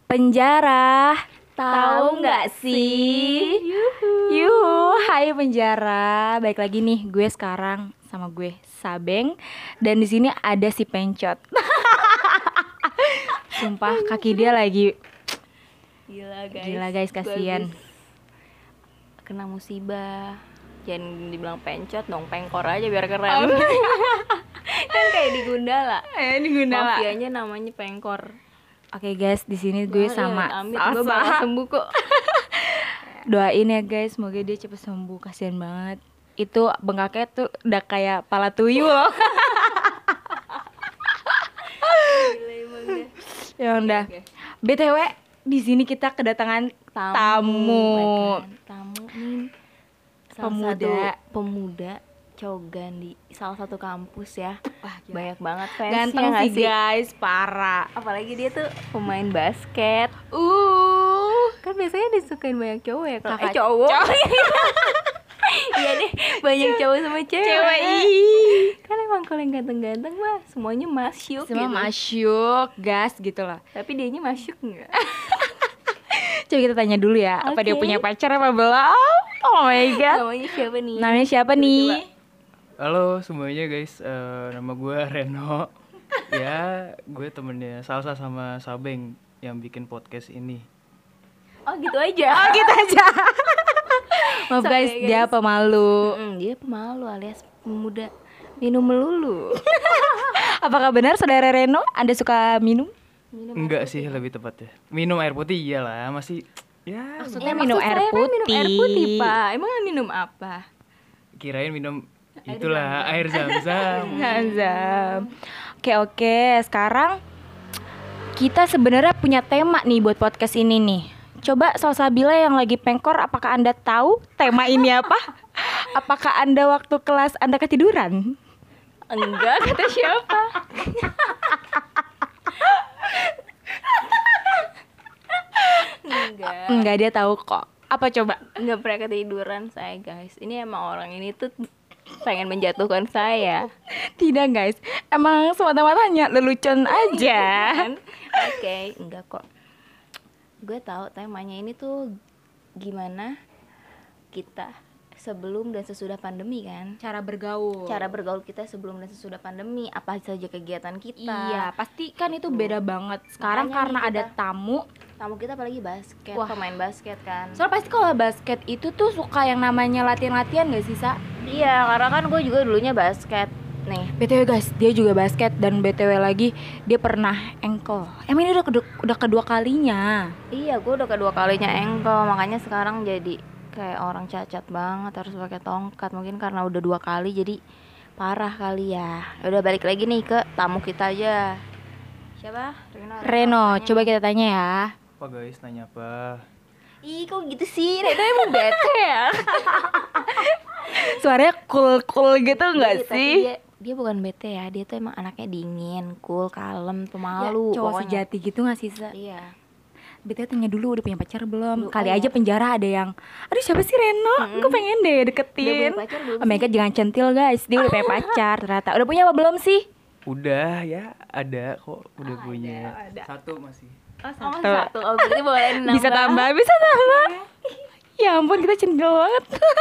Penjara, Tahu nggak sih? Yuhu, hai penjara. Baik lagi nih, gue sekarang sama gue Sabeng dan di sini ada si Pencot. Sumpah kaki dia lagi Gila guys, kasihan. Kena musibah. Jangan dibilang pencot dong, pengkor aja biar keren. Kan kayak di Gundala. Ini Gundala. Mafianya namanya pengkor. Oke guys, di sini gue sama Amit, gue bakal sembuh kok. Doain ya guys, semoga dia cepet sembuh. Kasihan banget. Itu bengkaknya tuh udah kayak pala tuyul loh. Gila emang deh. Ya udah. Oke. BTW di sini kita kedatangan tamu. Tamu nih. Pemuda. Pemuda cogan di salah satu kampus ya. Wah, gila. Banyak banget fansnya Ganteng nggak sih guys, parah. Apalagi dia tuh pemain basket. Kan biasanya disukain banyak cowok ya. Kakak Cowok. Iya deh, banyak cowok sama cewek. Cewek. Kan emang kalau yang ganteng-ganteng mah semuanya masyuk Semua gitu. masyuk, gas gitu lah. Tapi dianya masyuk enggak? Coba kita tanya dulu ya, apa dia Oke. punya pacar apa belum? Oh my god. Namanya siapa nih? Namanya siapa nih? Halo semuanya guys, nama gue Reno. Ya, gue temennya Salsa sama Sabeng yang bikin podcast ini. Oh gitu aja. Oh gitu aja. Maaf Sorry, guys, dia pemalu. Dia pemalu alias pemuda minum melulu. Apakah benar saudara Reno Anda suka minum? Enggak sih, lebih tepatnya minum air putih iyalah, masih ya Maksudnya Ya, minum maksud air saya kan minum air putih. putih, Pak. Emang minum apa? kirain minum itulah air zam-zam. Zam. Oke, sekarang kita sebenarnya punya tema nih buat podcast ini nih. Coba Salsabila yang lagi pengkor, apakah Anda tahu tema ini apa? Apakah Anda waktu kelas Anda ketiduran? Enggak, kata siapa? Enggak, dia tahu kok. Apa coba? Enggak pernah ketiduran saya, guys. Ini emang orang ini tuh pengen menjatuhkan saya. Tidak guys, emang semata-mata hanya lelucon aja. Oke, enggak kok. Gue tahu temanya ini tuh gimana kita sebelum dan sesudah pandemi kan. Cara bergaul. Cara bergaul kita sebelum dan sesudah pandemi, apa saja kegiatan kita. Iya, pasti kan itu beda banget. Sekarang Makanya karena nih ada kita- tamu, Tamu kita apalagi basket, Wah. pemain basket kan. soalnya pasti kalau basket itu tuh suka yang namanya latihan-latihan gak sih, Sa? Iya, karena kan gue juga dulunya basket. Nih, BTW guys, dia juga basket dan BTW lagi dia pernah ankle. Emang ini udah kedua kalinya. iya gue udah kedua kalinya ankle, makanya sekarang jadi kayak orang cacat banget, harus pakai tongkat. Mungkin karena udah 2 kali jadi parah kali ya. Udah balik lagi nih ke tamu kita aja. Siapa? Reno, tanya. coba kita tanya ya. Apa guys, nanya apa? Ih, kok gitu sih? Reno emang bete ya? Suaranya cool gitu nggak Iya, tapi sih? Dia bukan bete ya, dia tuh emang anaknya dingin, cool, kalem, pemalu. Ya, cowok pokoknya. sejati gitu nggak sih, Sa? Iya. BTW tanya dulu udah punya pacar belum? Belum, Kali oh aja ya. penjara ada yang, aduh siapa sih Reno? Gue pengen deh Udah deketin. punya pacar belum Oh my god, jangan centil guys, dia udah punya pacar ternyata. Udah punya apa belum sih? Udah ya, ada kok, udah punya. Satu masih. Oh, satu. Oh, berarti boleh nambah. Bisa tambah. Ya ampun, kita centil banget.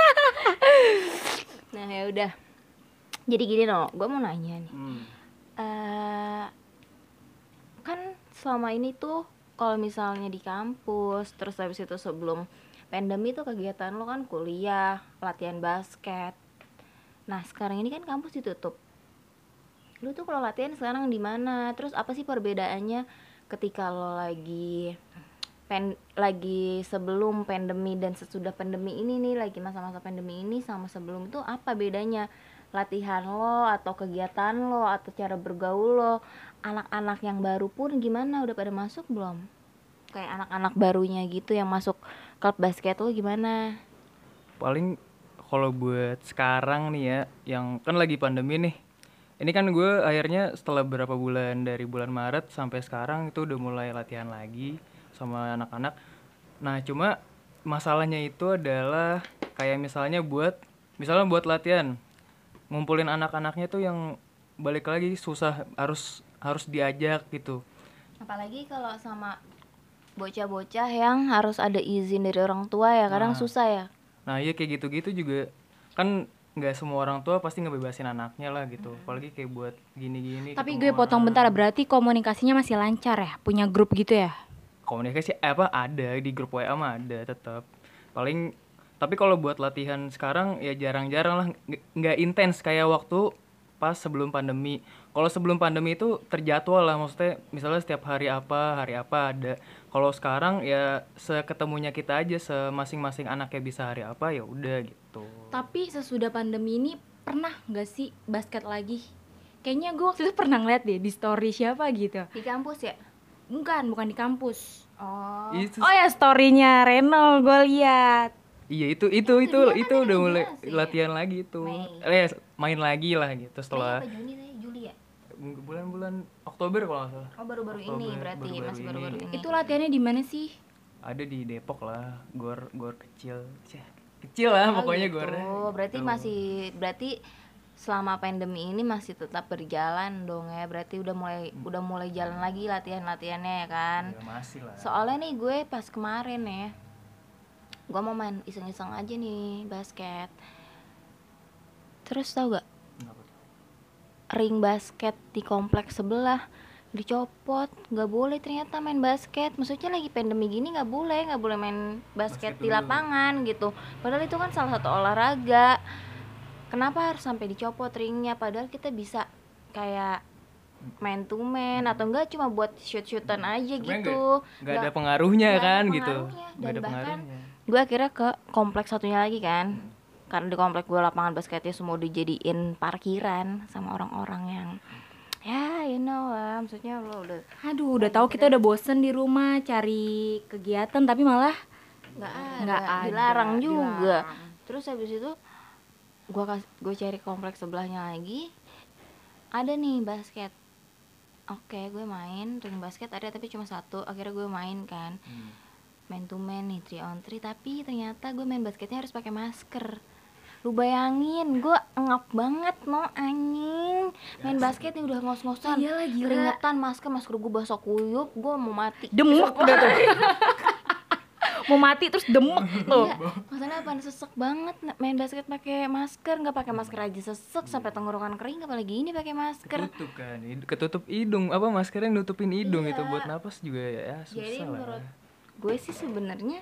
Nah, ya udah. Jadi gini no, gue mau nanya nih. Kan selama ini tuh kalau misalnya di kampus, terus habis itu sebelum pandemi tuh kegiatan lo kan kuliah, latihan basket. Nah, sekarang ini kan kampus ditutup. Lu tuh kalau latihan sekarang di mana? Terus apa sih perbedaannya ketika lo lagi sebelum pandemi dan sesudah pandemi ini nih, lagi masa-masa pandemi ini sama sebelum itu, apa bedanya latihan lo atau kegiatan lo atau cara bergaul lo? Anak-anak yang baru pun gimana, udah pada masuk belum? Kayak anak-anak barunya gitu yang masuk klub basket lo gimana? Paling kalau buat sekarang nih ya, yang kan lagi pandemi nih. Ini kan gue akhirnya setelah beberapa bulan, dari bulan Maret sampai sekarang itu udah mulai latihan lagi sama anak-anak. Nah cuma masalahnya itu adalah kayak misalnya buat latihan, ngumpulin anak-anaknya tuh yang balik lagi susah, harus diajak gitu. Apalagi kalau sama bocah-bocah yang harus ada izin dari orang tua ya, kadang Nah. susah ya. Nah iya kayak gitu-gitu juga kan nggak semua orang tua pasti ngebebasin anaknya lah gitu, apalagi kayak buat gini-gini. Tapi ketemu gue potong orang. bentar, berarti komunikasinya masih lancar ya? Punya grup gitu ya? Komunikasi apa ada di grup WA mah ada tetap. Paling tapi kalau buat latihan sekarang ya jarang-jarang lah, nggak intens kayak waktu pas sebelum pandemi. Kalau sebelum pandemi itu terjadwal lah, maksudnya misalnya setiap hari apa ada. Kalau sekarang ya seketemunya kita aja, semasing-masing anaknya bisa hari apa ya udah gitu. Tapi sesudah pandemi ini pernah nggak sih basket lagi? Kayaknya gue waktu itu pernah ngeliat deh di story siapa gitu. Di kampus ya? Bukan di kampus. Oh. Itu Oh ya storynya Reno gue lihat. iya itu dia kan udah yang mulai jelasin. latihan lagi itu. Mei. Main lagi lah gitu Mei setelah apa Juni tadi? Juli ya? bulan-bulan Oktober kalau nggak salah. Oh baru-baru ini Oktober, berarti, baru-baru masih ini. baru-baru ini. Itu latihannya di mana sih? Ada di Depok lah, gor kecil. Cih, kecil lah Oh, pokoknya gitu. gornya. Berarti Gitu. berarti selama pandemi ini masih tetap berjalan dong ya. Berarti udah mulai jalan lagi latihannya ya kan. Ya, masih lah. Soalnya nih gue pas kemarin ya, gue mau main iseng-iseng aja nih basket. Terus tau gak, Kenapa tuh? ring basket di kompleks sebelah dicopot, nggak boleh ternyata main basket. Maksudnya lagi pandemi gini nggak boleh main basket Basket di dulu. lapangan gitu. Padahal itu kan salah satu olahraga. Kenapa harus sampai dicopot ringnya? Padahal kita bisa kayak man to man atau enggak cuma buat shoot-shootan aja Sebenarnya gitu. nggak ada pengaruhnya nggak ada kan gitu. pengaruhnya. Nggak Dan ada bahkan pengaruhnya. gue akhirnya ke kompleks satunya lagi kan, karena di kompleks gue lapangan basketnya semua dijadiin parkiran sama orang-orang yang ya you know lah, maksudnya lo udah Aduh, udah tahu kita udah bosen di rumah cari kegiatan tapi malah nggak Nggak ada, ada, dilarang juga. dilarang. Terus habis itu gue cari kompleks sebelahnya lagi, ada nih basket. Oke, gue main ring basket ada tapi cuma satu. Akhirnya gue main kan, man to man nih 3-on-3, tapi ternyata gue main basketnya harus pakai masker. Lu bayangin, gue ngap banget no anjing. Main basket nih udah ngos-ngosan, Iyalah, gila. keringetan, masker gue basah kuyup, gue mau mati. demek udah tuh. Mau mati terus demek tuh. Iya, maksudnya apa? Sesek banget main basket pakai masker, nggak pakai masker aja sesek sampai tenggorokan kering, apalagi ini pakai masker. Ketutup kan, ketutup hidung, apa maskernya nutupin hidung Iya. itu buat napas juga ya susah Jadi lah. menurut gue sih sebenarnya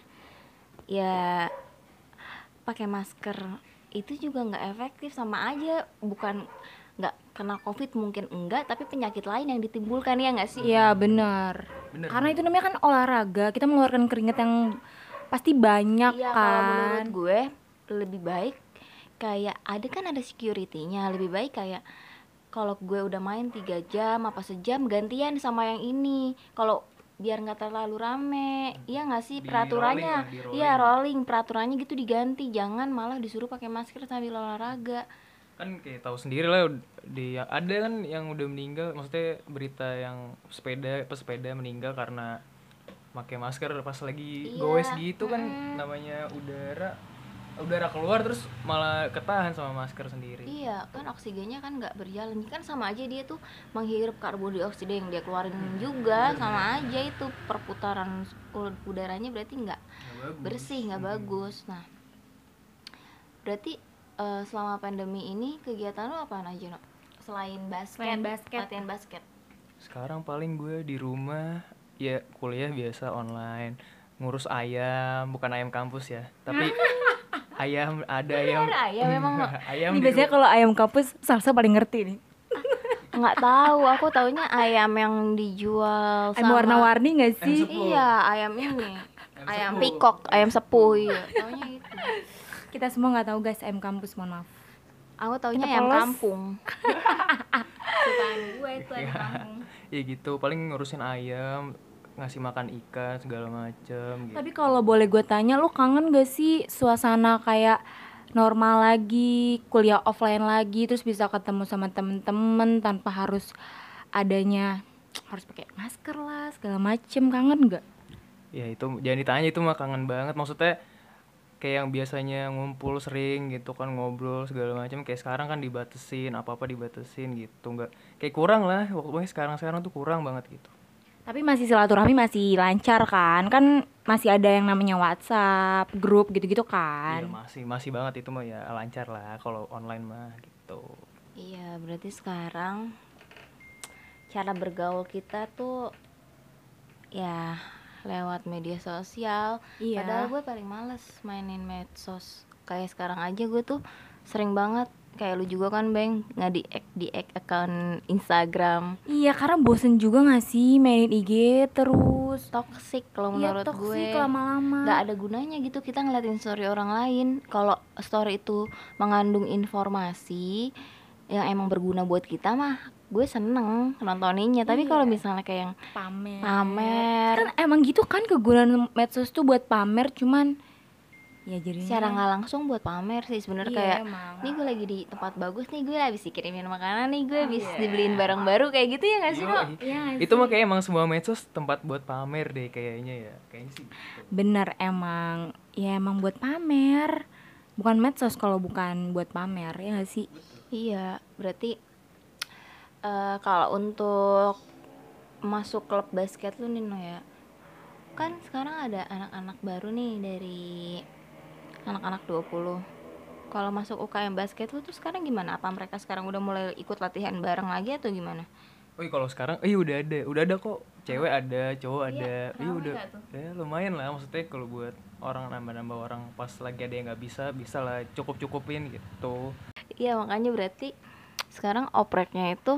ya pakai masker itu juga nggak efektif, sama aja bukan nggak kena covid mungkin enggak, tapi penyakit lain yang ditimbulkan ya nggak sih? Iya benar. Bener. Karena itu namanya kan olahraga, kita mengeluarkan keringat yang pasti banyak Iya, kalau menurut kan. gue lebih baik kayak ada security-nya, lebih baik kayak kalau gue udah main 3 jam apa sejam gantian sama yang ini. Kalau biar nggak terlalu rame, iya nggak sih Di peraturannya? rolling lah, di Iya rolling, peraturannya gitu diganti, jangan malah disuruh pakai masker sambil olahraga. Kan kayak tahu sendiri lah ada kan yang udah meninggal, maksudnya berita yang pesepeda meninggal karena pakai masker pas lagi Iya, goes gitu kan, namanya udara keluar terus malah ketahan sama masker sendiri. Iya kan oksigennya kan nggak berjalan, kan sama aja dia tuh menghirup karbon dioksida yang dia keluarin juga, sama aja itu perputaran udaranya berarti nggak Nggak bagus. bersih, nggak bagus. Nah berarti selama pandemi ini kegiatan lo apaan aja no? Selain basket, latihan basket. Sekarang paling gue di rumah ya kuliah biasa online, ngurus ayam, bukan ayam kampus ya, tapi ayam Ayam memang lo. ayam Ini di biasanya kalau ayam kampus Salsa paling ngerti nih. Nggak tahu, aku taunya ayam yang dijual Ayam sama warna-warni nggak sih? sepuluh. iya ayam ini ayam sepuh. pikok, ayam sepuh, iya taunya itu. Kita semua nggak tahu guys ayam kampus, mohon maaf. Aku taunya Kita ayam polos. kampung. Sukaan gue itu ayam kampung. ya gitu, paling ngurusin ayam, ngasih makan ikan segala macem gitu. Tapi kalau boleh gue tanya, lu kangen gak sih suasana kayak normal lagi, kuliah offline lagi, terus bisa ketemu sama temen-temen tanpa harus adanya harus pakai masker lah segala macem, kangen gak? Ya itu jangan ditanya, itu mah kangen banget, maksudnya kayak yang biasanya ngumpul sering gitu kan, ngobrol segala macam, kayak sekarang kan dibatesin, apa-apa dibatesin gitu, nggak kayak kurang lah pokoknya, sekarang tuh kurang banget gitu. Tapi masih silaturahmi masih lancar kan? Kan masih ada yang namanya WhatsApp, grup gitu-gitu Iya, kan? masih banget itu mah ya lancar lah kalau online mah gitu. Iya, berarti sekarang cara bergaul kita tuh ya lewat media sosial. Iya. Padahal gue paling males mainin medsos. Kayak sekarang aja gue tuh sering banget, kayak lu juga kan Bang, nggak di account Instagram. Iya, karena bosen juga gak sih mainin IG terus? Toxic kalau Iya, menurut gue. toksik lama-lama. Nggak ada gunanya gitu kita ngeliatin story orang lain. Kalau story itu mengandung informasi yang emang berguna buat kita mah gue seneng nontoninnya. Tapi kalau misalnya kayak yang pamer Kan emang gitu kan kegunaan medsos tuh buat pamer, cuman ya jadinya secara nggak langsung buat pamer sih sebenarnya. Iya, Kayak emang. nih gue lagi di tempat bagus nih, gue habis dikirimin makanan nih, gue habis dibeliin barang baru kayak gitu ya nggak sih Yoi. No? Iya nggak Itu mah kayak emang semua medsos tempat buat pamer deh kayaknya ya. Kayaknya sih gitu. bener emang. Ya emang buat pamer. Bukan medsos kalau bukan buat pamer, ya gak sih? Iya, berarti kalau untuk masuk klub basket lu nih No ya, kan sekarang ada anak-anak baru nih dari anak-anak 20. Kalau masuk UKM basket lu tuh sekarang gimana? Apa mereka sekarang udah mulai ikut latihan bareng lagi atau gimana? Oh kalau sekarang udah ada kok. Cewek ada, cowok ada. Iya rame udah. nggak tuh? Ya lumayan lah, maksudnya kalau buat orang nambah-nambah orang pas lagi ada yang nggak bisa lah cukup-cukupin gitu. Iya, makanya berarti sekarang opreknya itu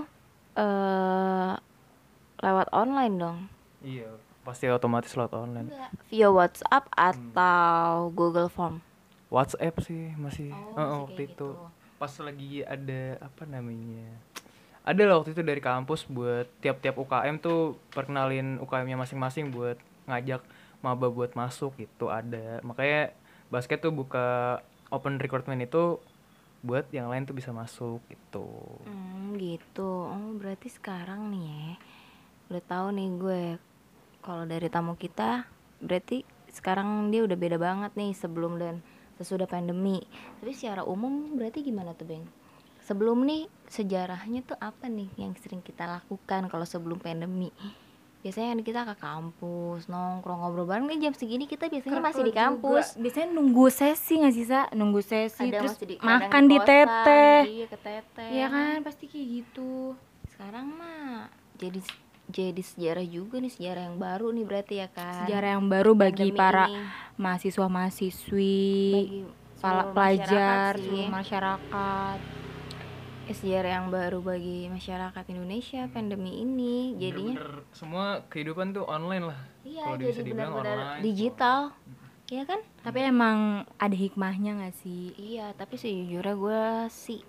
lewat online dong. Iya, pasti otomatis lewat online. Via WhatsApp atau Google Form. WhatsApp sih masih, masih waktu kayak itu gitu. pas lagi ada apa namanya, ada lah waktu itu dari kampus buat tiap-tiap UKM tuh perkenalin UKM-nya masing-masing buat ngajak maba buat masuk gitu, ada. Makanya basket tuh buka open recruitment itu buat yang lain tuh bisa masuk gitu. Gitu. Oh, berarti sekarang nih ya, udah tahu nih gue kalau dari tamu kita, berarti sekarang dia udah beda banget nih sebelum dan sesudah pandemi. Tapi secara umum berarti gimana tuh Bang? Sebelum nih sejarahnya tuh apa nih yang sering kita lakukan kalau sebelum pandemi? Biasanya kan kita ke kampus, nongkrong, ngobrol bareng nih, jam segini kita biasanya masih di kampus. Biasanya nunggu sesi gak sih, Sa? Nunggu sesi Ada terus masih kadang makan di kosan, teteh. iya ke teteh. Iya kan, pasti kayak gitu. Sekarang mah jadi sejarah juga nih, sejarah yang baru nih berarti ya kan. Sejarah yang baru bagi Pandemi para ini. mahasiswa-mahasiswi, Bagi seluruh pelajar, masyarakat sih. seluruh masyarakat. Sejarah yang baru bagi masyarakat Indonesia pandemi ini. Jadinya Bener-bener semua kehidupan tuh online lah. iya, Kalau jadi bisa dibilang benar-benar online. digital. Iya kan? Tapi emang ada hikmahnya gak sih? Iya, tapi sejujurnya gue sih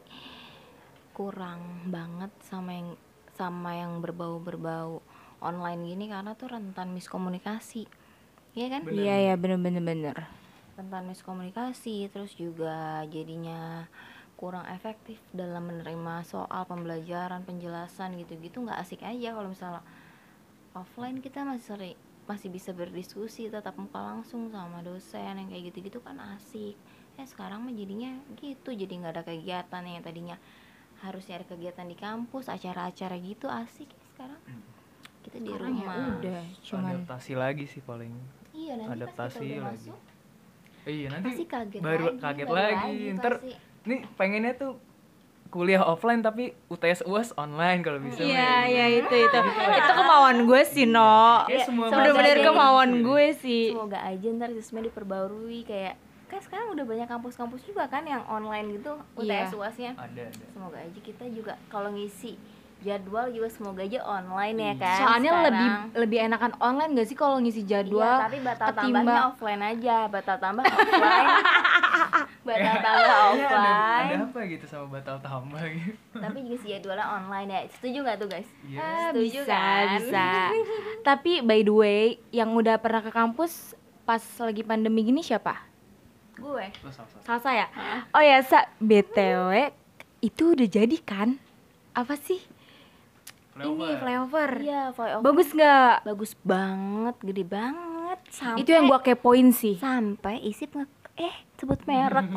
kurang banget sama yang berbau online gini, karena tuh rentan miskomunikasi. Iya kan? Iya ya, bener. Rentan miskomunikasi, terus juga jadinya kurang efektif dalam menerima soal pembelajaran, penjelasan gitu-gitu. Nggak asik aja kalau misalnya offline kita masih bisa berdiskusi tatap muka langsung sama dosen yang kayak gitu-gitu kan asik. Sekarang mah jadinya gitu, jadi nggak ada kegiatan yang tadinya harusnya ada kegiatan di kampus, acara-acara gitu asik. Sekarang kita di Sekarang ya rumah. udah, cuman Adaptasi lagi sih paling. Iya, nanti Adaptasi pas kita udah lagi. masuk Iya nanti pasti kaget baru lagi, kaget baru lagi. Ntar pasti. nih pengennya tuh kuliah offline tapi UTS UAS online kalau bisa. iya itu itu kemauan gue sih, No. Kayak semua Bener-bener mahasiswa kemauan gitu. gue sih. Semoga aja ntar sistemnya diperbarui, kayak kan sekarang udah banyak kampus-kampus juga kan yang online gitu UTS Iya. UASnya. Ada. Semoga aja kita juga kalau ngisi jadwal juga semoga aja online ya kan. Soalnya sekarang. lebih enakan online gak sih kalau ngisi jadwal? Iya, tapi batal tambahnya ketimbang- offline aja, batal tambah offline. Batal tambah Iya, offline. ada apa gitu sama batal tambah gitu. Tapi ngisi jadwalnya online ya. Setuju nggak tuh guys? Iya. Setuju bisa, kan? bisa. Tapi by the way, yang udah pernah ke kampus pas lagi pandemi gini siapa? Gue. Salsa ya? Oh ya, BTW itu udah jadi kan? Apa sih? Ini flyover. Iya, flyover. Bagus nggak? Bagus banget, gede banget. Sampai Itu yang gua kepoin sih. sampai isip sebut merek.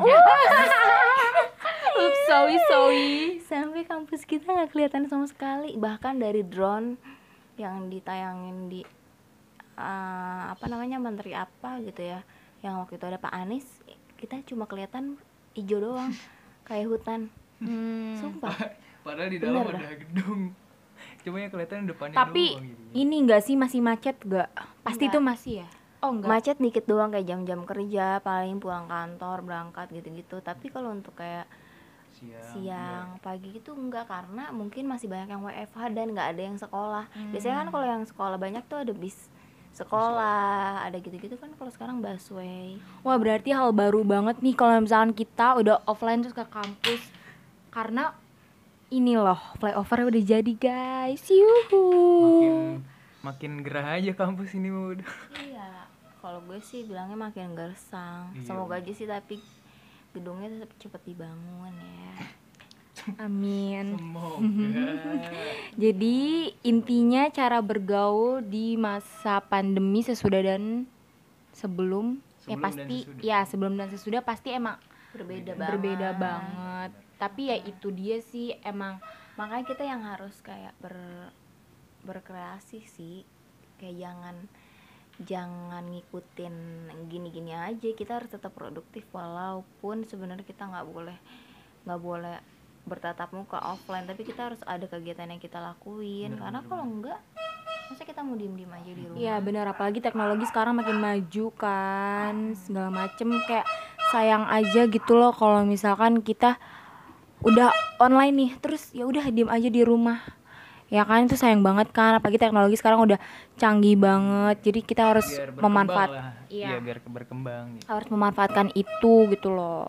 Oops, sorry. Sampai kampus kita nggak kelihatan sama sekali, bahkan dari drone yang ditayangin di apa namanya, menteri apa gitu ya, yang waktu itu ada Pak Anies, kita cuma kelihatan hijau doang kayak hutan. Sumpah. Padahal di dalam Bener. ada gedung. Cuma yang kelihatan depannya Tapi doang gitu. ini enggak sih, masih macet gak? Pasti Enggak. itu masih ya? Oh enggak. Macet dikit doang kayak jam-jam kerja, paling pulang kantor, berangkat gitu-gitu. Tapi kalau untuk kayak siang pagi itu enggak, karena mungkin masih banyak yang WFH dan nggak ada yang sekolah. Biasanya kan kalau yang sekolah banyak tuh ada bis sekolah, ada gitu-gitu kan. Kalau sekarang busway. Wah, berarti hal baru banget nih kalau misalkan kita udah offline terus ke kampus. Karena ini loh, flyover udah jadi guys. Yuhu. Makin gerah aja kampus ini mah udah. Iya, kalau gue sih bilangnya makin gersang. Iya. Semoga aja sih, tapi gedungnya tetap cepet dibangun ya. Amin. Semoga. Jadi intinya cara bergaul di masa pandemi sesudah dan sebelum, ya Sebelum dan pasti sesudah. ya sebelum dan sesudah pasti emang berbeda banget. banget. Tapi ya itu dia sih, emang Makanya kita yang harus kayak berkreasi sih, kayak jangan ngikutin gini-gini aja. Kita harus tetap produktif walaupun sebenarnya kita nggak boleh bertatap muka offline, tapi kita harus ada kegiatan yang kita lakuin. Karena kalau enggak, masa kita mau diem-diem aja di rumah? ya benar, apalagi teknologi sekarang makin maju kan, segala macem. Kayak sayang aja gitu loh kalau misalkan kita udah online nih terus ya udah diem aja di rumah. Ya kan, itu sayang banget kan, apalagi teknologi sekarang udah canggih banget. Jadi kita harus Biar berkembang lah. Iya. Iya, biar berkembang gitu. harus memanfaatkan itu gitu loh.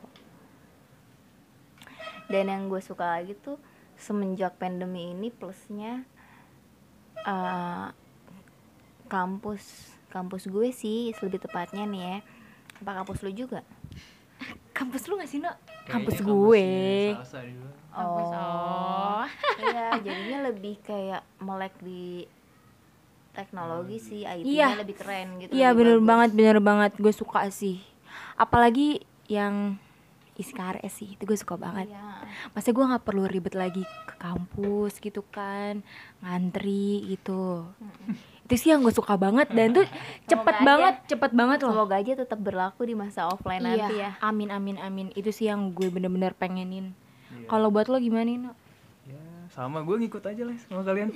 Dan yang gue suka lagi tuh semenjak pandemi ini, plusnya kampus gue sih lebih tepatnya nih ya. Apa kampus lu juga? Kampus lu gak sih, Nok? Kayaknya Kampus kampusnya gue. Salsa dulu. Oh. Iya, jadinya lebih kayak melek di teknologi sih, IT-nya Iya. lebih keren gitu. Iya, lebih bener bagus. banget, gue suka sih. Apalagi yang Iskar sih, itu gue suka banget. Iya. Masa gue nggak perlu ribet lagi ke kampus gitu kan, ngantri gitu. Itu sih yang gue suka banget, dan tuh cepet banget loh. Semoga aja tetap berlaku di masa offline nanti ya. Amin. Itu sih yang gue bener-bener pengenin. Iya. Kalau buat lo gimana, No? Ya, sama gue ngikut aja lah sama kalian.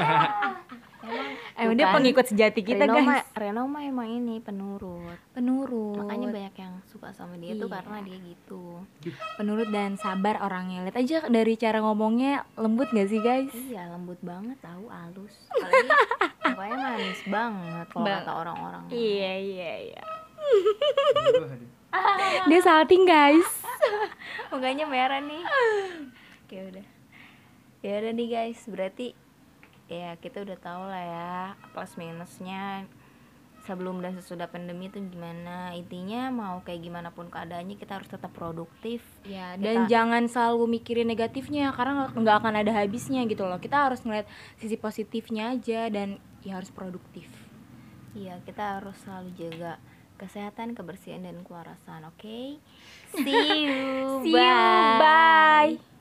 Emang dia Bukan. pengikut sejati kita, guys. Reno mah emang ini penurut. Makanya banyak yang suka sama dia tuh Iya. karena dia gitu. Penurut dan sabar orangnya. Lihat aja dari cara ngomongnya, lembut gak sih, guys? Iya, lembut banget, tahu, halus. Apalagi mukanya manis banget kalau kata orang-orang. Iya. Aduh. Dia salting, guys. Mukanya merah nih. Oke, udah. Ya udah nih guys, berarti ya kita udah tahu lah ya plus minusnya sebelum dan sesudah pandemi itu gimana. Intinya mau kayak gimana pun keadaannya, kita harus tetap produktif. Ya, dan jangan selalu mikirin negatifnya karena nggak akan ada habisnya gitu loh. Kita harus ngeliat sisi positifnya aja dan ya harus produktif. Iya, kita harus selalu jaga kesehatan, kebersihan dan kewarasan. Oke. See you. See you, bye.